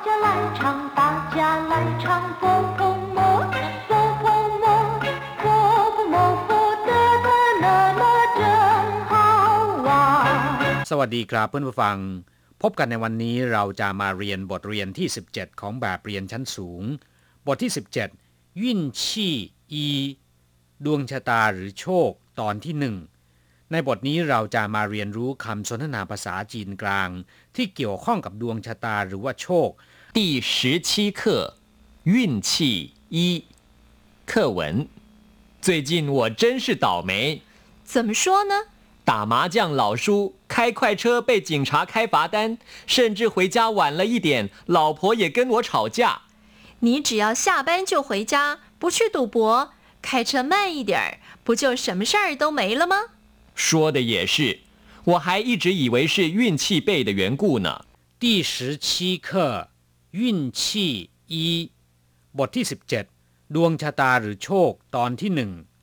家来唱，大家来唱，佛佛摩，佛佛摩，佛佛摩，佛得得那么真好啊สวัสดีครับเพื่อนผู้ฟังพบกันในวันนี้เราจะมาเรียนบทเรียนที่17ของแบบเรียนชั้นสูงบทที่17ยิ่นชี่อีดวงชะตาหรือโชคตอนที่1ในบทนี้เราจะมาเรียนรู้คำสนทนาภาษาจีนกลางที่เกี่ยวข้องกับดวงชะตาหรือว่าโชค第17课运气一课文最近我真是倒霉怎么说呢？ 打麻将老输开快车被警察开罚单甚至回家晚了一点老婆也跟我吵架你只要下班就回家不去赌博开车慢一点不就什么事儿都没了吗？ 说的也是我还一直以为是运气背的缘故呢第17课运气一บทที่17ดวงชะตาหรือโชคตอนที่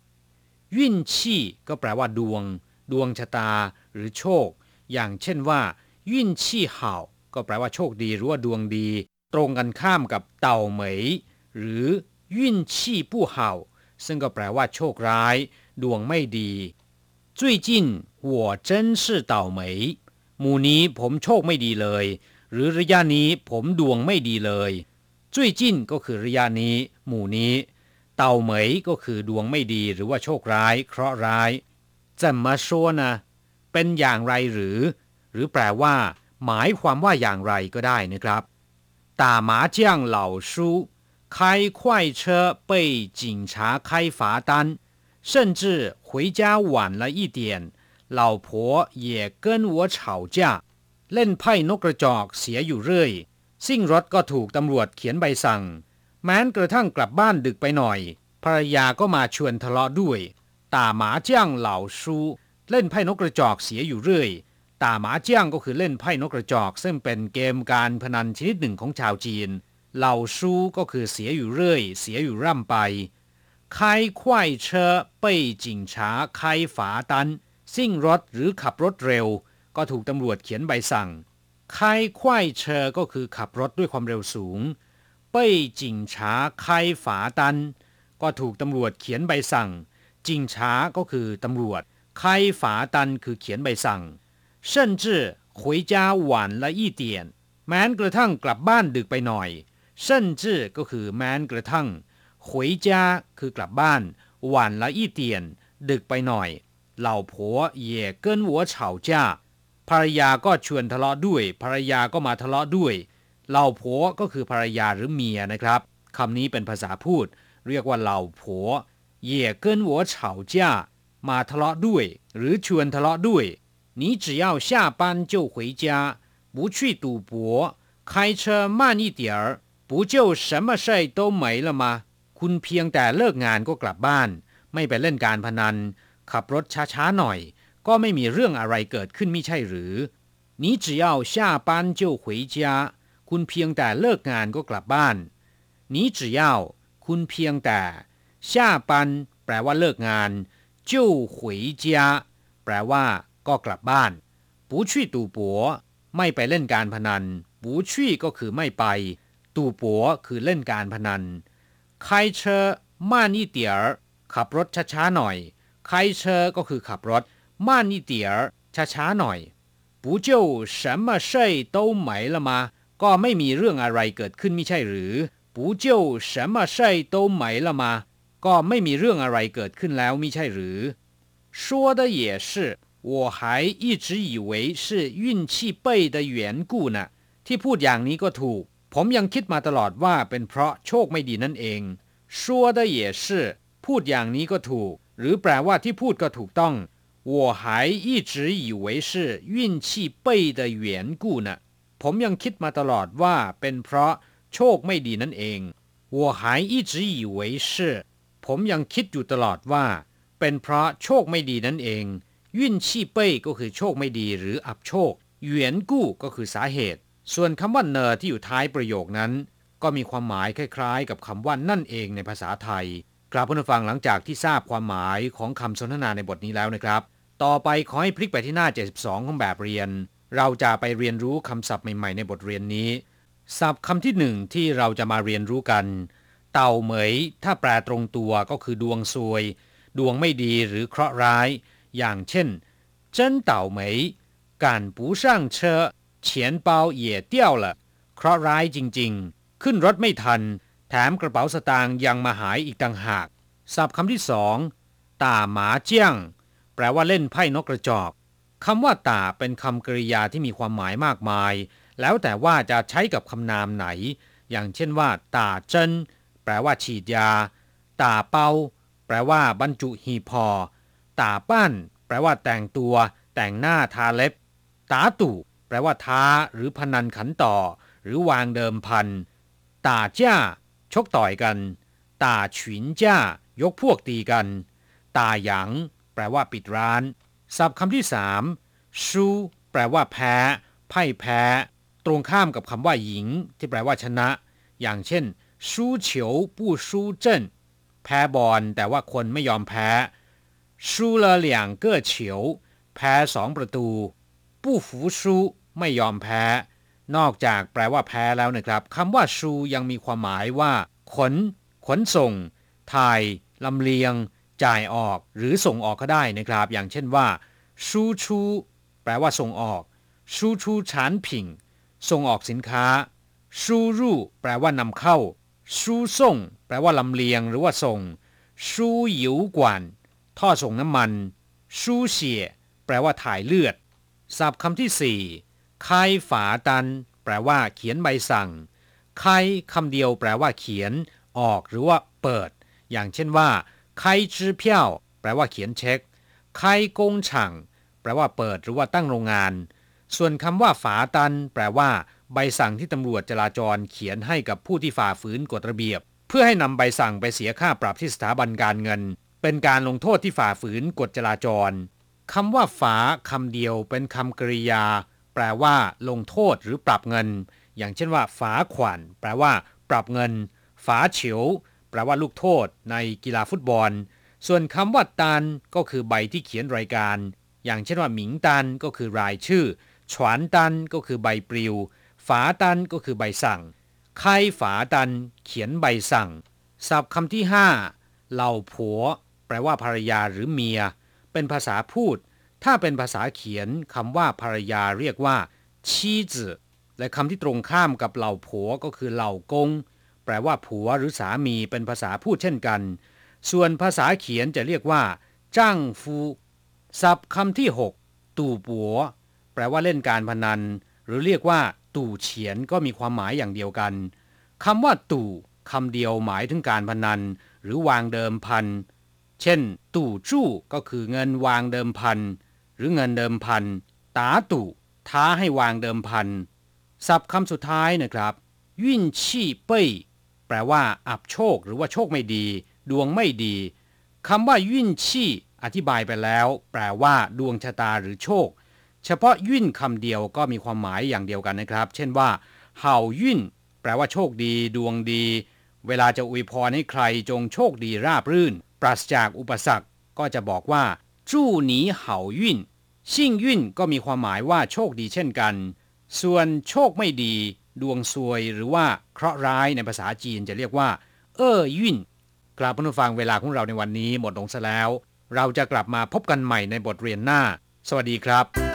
1ยิ่นชี่ก็แปลว่าดวงชะตาหรือโชคอย่างเช่นว่ายิ่นชี่เห่าก็แปลว่าโชคดีหรือว่าดวงดีตรงกันข้ามกับเต่าเหมยหรือยิ่นชี่ผู้เห่าซึ่งก็แปลว่าโชคร้ายดวงไม่ดี最近我真是倒霉หมู่นี้ผมโชคไม่ดีเลยหรือระยะนี้ผมดวงไม่ดีเลย最近ก็คือระยะนี้หมู่นี้เต่าเหมยก็คือดวงไม่ดีหรือว่าโชคร้ายเคราะห์ร้าย怎么说呢เป็นอย่างไรหรือแปลว่าหมายความว่าอย่างไรก็ได้นะครับ打麻将老输开快车被警察开罚单甚至回家晚了一点老婆也跟我吵架เล่นไพ่นกกระจอกเสียอยู่เรื่อยซิ่งรถก็ถูกตำรวจเขียนใบสั่งแม้กระทั่งกลับบ้านดึกไปหน่อยภรรยาก็มาชวนทะเลาะด้วย打麻将老输เล่นไพ่นกกระจอกเสียอยู่เรื่อย打麻将ก็คือเล่นไพ่นกกระจอกซึ่งเป็นเกมการพนันชนิดหนึ่งของชาวจีนเหล่าชูก็คือเสียอยู่เรื่อยเสียอยู่ร่ำไป开快车被警察开罚单ซิ่งรถหรือขับรถเร็วก็ถูกตำรวจเขียนใบสั่ง开快车ก็คือขับรถด้วยความเร็วสูง被警察开罚单ก็ถูกตำรวจเขียนใบสั่งจิงช้าก็คือตำรวจไคฝาตันคือเขียนใบสั่ง甚至回家晚了一点แม้กระทั่งกลับบ้านดึกไปหน่อย甚至ก็คือแม้กระทั่ง回家คือกลับบ้าน晚了一点ดึกไปหน่อย老婆也跟我吵架ภรรยาก็ชวนทะเลาะด้วยภรรยาก็มาทะเลาะด้วยเหล่าผัวก็คือภรรยาหรือเมียนะครับคำนี้เป็นภาษาพูดเรียกว่าเหล่าผัว也跟我吵架มาทะเลาะด้วยหรือชวนทะเลาะด้วย你只要下班就回家不去赌博开车慢一点儿不就什么事都没了吗คุณเพียงแต่เลิกงานก็กลับบ้านไม่ไปเล่นการพนันขับรถช้าๆหน่อยก็ไม่มีเรื่องอะไรเกิดขึ้นไม่ใช่หรือ你只要下班就回家คุณเพียงแต่เลิกงานก็กลับบ้าน你只要คุณเพียงแต่下班แปลว่าเลิกงาน就回家แปลว่าก็กลับบ้าน不去赌博ไม่ไปเล่นการพนัน不去ก็คือไม่ไป赌博คือเล่นการพนัน开车慢一点儿ขับรถช้าๆหน่อย开车ก็คือขับรถ慢一点儿ช้าๆหน่อย不就什么事都没了吗ก็ไม่มีเรื่องอะไรเกิดขึ้นไม่ใช่หรือ不就什么事都没了吗ก็ไม่มีเรื่องอะไรเกิดขึ้นแล้วมิใช่หรือ说的也是我还一直以为是运气背的缘故呢ที่พูดอย่างนี้ก็ถูกผมยังคิดมาตลอดว่าเป็นเพราะโชคไม่ดีนั่นเอง说的也是พูดอย่างนี้ก็ถูกหรือแปลว่าที่พูดก็ถูกต้อง我还一直以为是运气背的缘故呢ผมยังคิดมาตลอดว่าเป็นเพราะโชคไม่ดีนั่นเอง我还一直以为是ผมยังคิดอยู่ตลอดว่าเป็นเพราะโชคไม่ดีนั่นเองยิ่นชี่เป้ยก็คือโชคไม่ดีหรืออับโชคเหวียนกู้ก็คือสาเหตุส่วนคำว่าเนอที่อยู่ท้ายประโยคนั้นก็มีความหมายคล้ายๆกับคำว่านั่นเองในภาษาไทยกราบผู้ฟังหลังจากที่ทราบความหมายของคำสนทนาในบทนี้แล้วนะครับต่อไปขอให้พลิกไปที่หน้า72ของแบบเรียนเราจะไปเรียนรู้คำศัพท์ใหม่ๆในบทเรียนนี้ศัพท์คำที่หนึ่งที่เราจะมาเรียนรู้กันเต่าเหมยถ้าแปลตรงตัวก็คือดวงซวยดวงไม่ดีหรือเคราะห์ร้ายอย่างเช่น真倒霉赶不上车钱包也掉了เคราะห์ร้ายจริงๆขึ้นรถไม่ทันแถมกระเป๋าสตางค์ยังมาหายอีกต่างหากศัพท์คำที่สองต่าหมาเจี้ยงแปลว่าเล่นไพ่นกกระจอกคำว่าต่าเป็นคำกริยาที่มีความหมายมากมายแล้วแต่ว่าจะใช้กับคำนามไหนอย่างเช่นว่าต่าเจิ้นแปลว่าฉีดยาต่าเปาแปลว่าบรรจุหีบห่อต่าป้านแปลว่าแต่งตัวแต่งหน้าทาเล็บตาตู่แปลว่าท้าหรือพนันขันต่อหรือวางเดิมพันต่าจ้าชกต่อยกันต่าฉุนจ้ายกพวกตีกันต่าหยางแปลว่าปิดร้านศัพท์คำที่สามชูแปลว่าแพ้พ่ายแพ้ตรงข้ามกับคำว่าหญิงที่แปลว่าชนะอย่างเช่นชูเฉียวปู้ชูเจิ้นแพ้บอลแต่ว่าคนไม่ยอมแพ้ชู了两个球แพ้2ประตูปู้ฝูชูไม่ยอมแพ้นอกจากแปลว่าแพ้แล้วนะครับคำว่าชูยังมีความหมายว่าขนส่งถ่ายลำเลียงจ่ายออกหรือส่งออกก็ได้นะครับอย่างเช่นว่าชูชูแปลว่าส่งออกชูชูฉานผิงส่งออกสินค้าชูรูแปลว่านำเข้าชูส่งแปลว่าลำเลียงหรือว่าส่งชูหยิวกวนท่อส่งน้ำมันชูเฉียแปลว่าถ่ายเลือดศัพท์คำที่สี่ไคฝาตันแปลว่าเขียนใบสั่งไคคำเดียวแปลว่าเขียนออกหรือว่าเปิดอย่างเช่นว่าไคจื้อเพี้ยวแปลว่าเขียนเช็คไคกงฉังแปลว่าเปิดหรือว่าตั้งโรงงานส่วนคำว่าฝาตันแปลว่าใบสั่งที่ตำรวจจราจรเขียนให้กับผู้ที่ฝ่าฝืนกฎระเบียบเพื่อให้นำใบสั่งไปเสียค่าปรับที่สถาบันการเงินเป็นการลงโทษที่ฝ่าฝืนกฎจราจรคำว่าฝาคำเดียวเป็นคำกริยาแปลว่าลงโทษหรือปรับเงินอย่างเช่นว่าฝาขวัญแปลว่าปรับเงินฝาเฉียวแปลว่าลูกโทษในกีฬาฟุตบอลส่วนคำว่าตันก็คือใบที่เขียนรายการอย่างเช่นว่าหมิงตันก็คือรายชื่อฉวนตันก็คือใบปลิวฝาตันก็คือใบสั่งไคฝาตันเขียนใบสั่งศัพท์คำที่ห้าเหล่าผัวแปลว่าภรรยาหรือเมียเป็นภาษาพูดถ้าเป็นภาษาเขียนคำว่าภรรยาเรียกว่าชีจื่อและคำที่ตรงข้ามกับเหล่าผัวก็คือเหล่ากงแปลว่าผัวหรือสามีเป็นภาษาพูดเช่นกันส่วนภาษาเขียนจะเรียกว่าจ้างฟูศัพท์คำที่6ตู่ปัวแปลว่าเล่นการพนันหรือเรียกว่าตู่เฉียนก็มีความหมายอย่างเดียวกันคำว่าตู่คำเดียวหมายถึงการพนันหรือวางเดิมพันเช่นตู่จู้ก็คือเงินวางเดิมพันหรือเงินเดิมพันตาตู่ท้าให้วางเดิมพันศัพท์คำสุดท้ายนะครับยุ่นชี่เป้ยแปลว่าอับโชคหรือว่าโชคไม่ดีดวงไม่ดีคำว่ายุ่นชี่อธิบายไปแล้วแปลว่าดวงชะตาหรือโชคเฉพาะยุ่นคำเดียวก็มีความหมายอย่างเดียวกันนะครับเช่นว่าเห่ายุ่นแปลว่าโชคดีดวงดีเวลาจะอวยพรให้ใครจงโชคดีราบรื่นปราศจากอุปสรรคก็จะบอกว่าจู้หนีเห่ายุ่นชิ่งยุ่นก็มีความหมายว่าโชคดีเช่นกันส่วนโชคไม่ดีดวงซวยหรือว่าเคราะห์ร้ายในภาษาจีนจะเรียกว่ายุ่นกลับมาฟังเวลาของเราในวันนี้หมดลงซะแล้วเราจะกลับมาพบกันใหม่ในบทเรียนหน้าสวัสดีครับ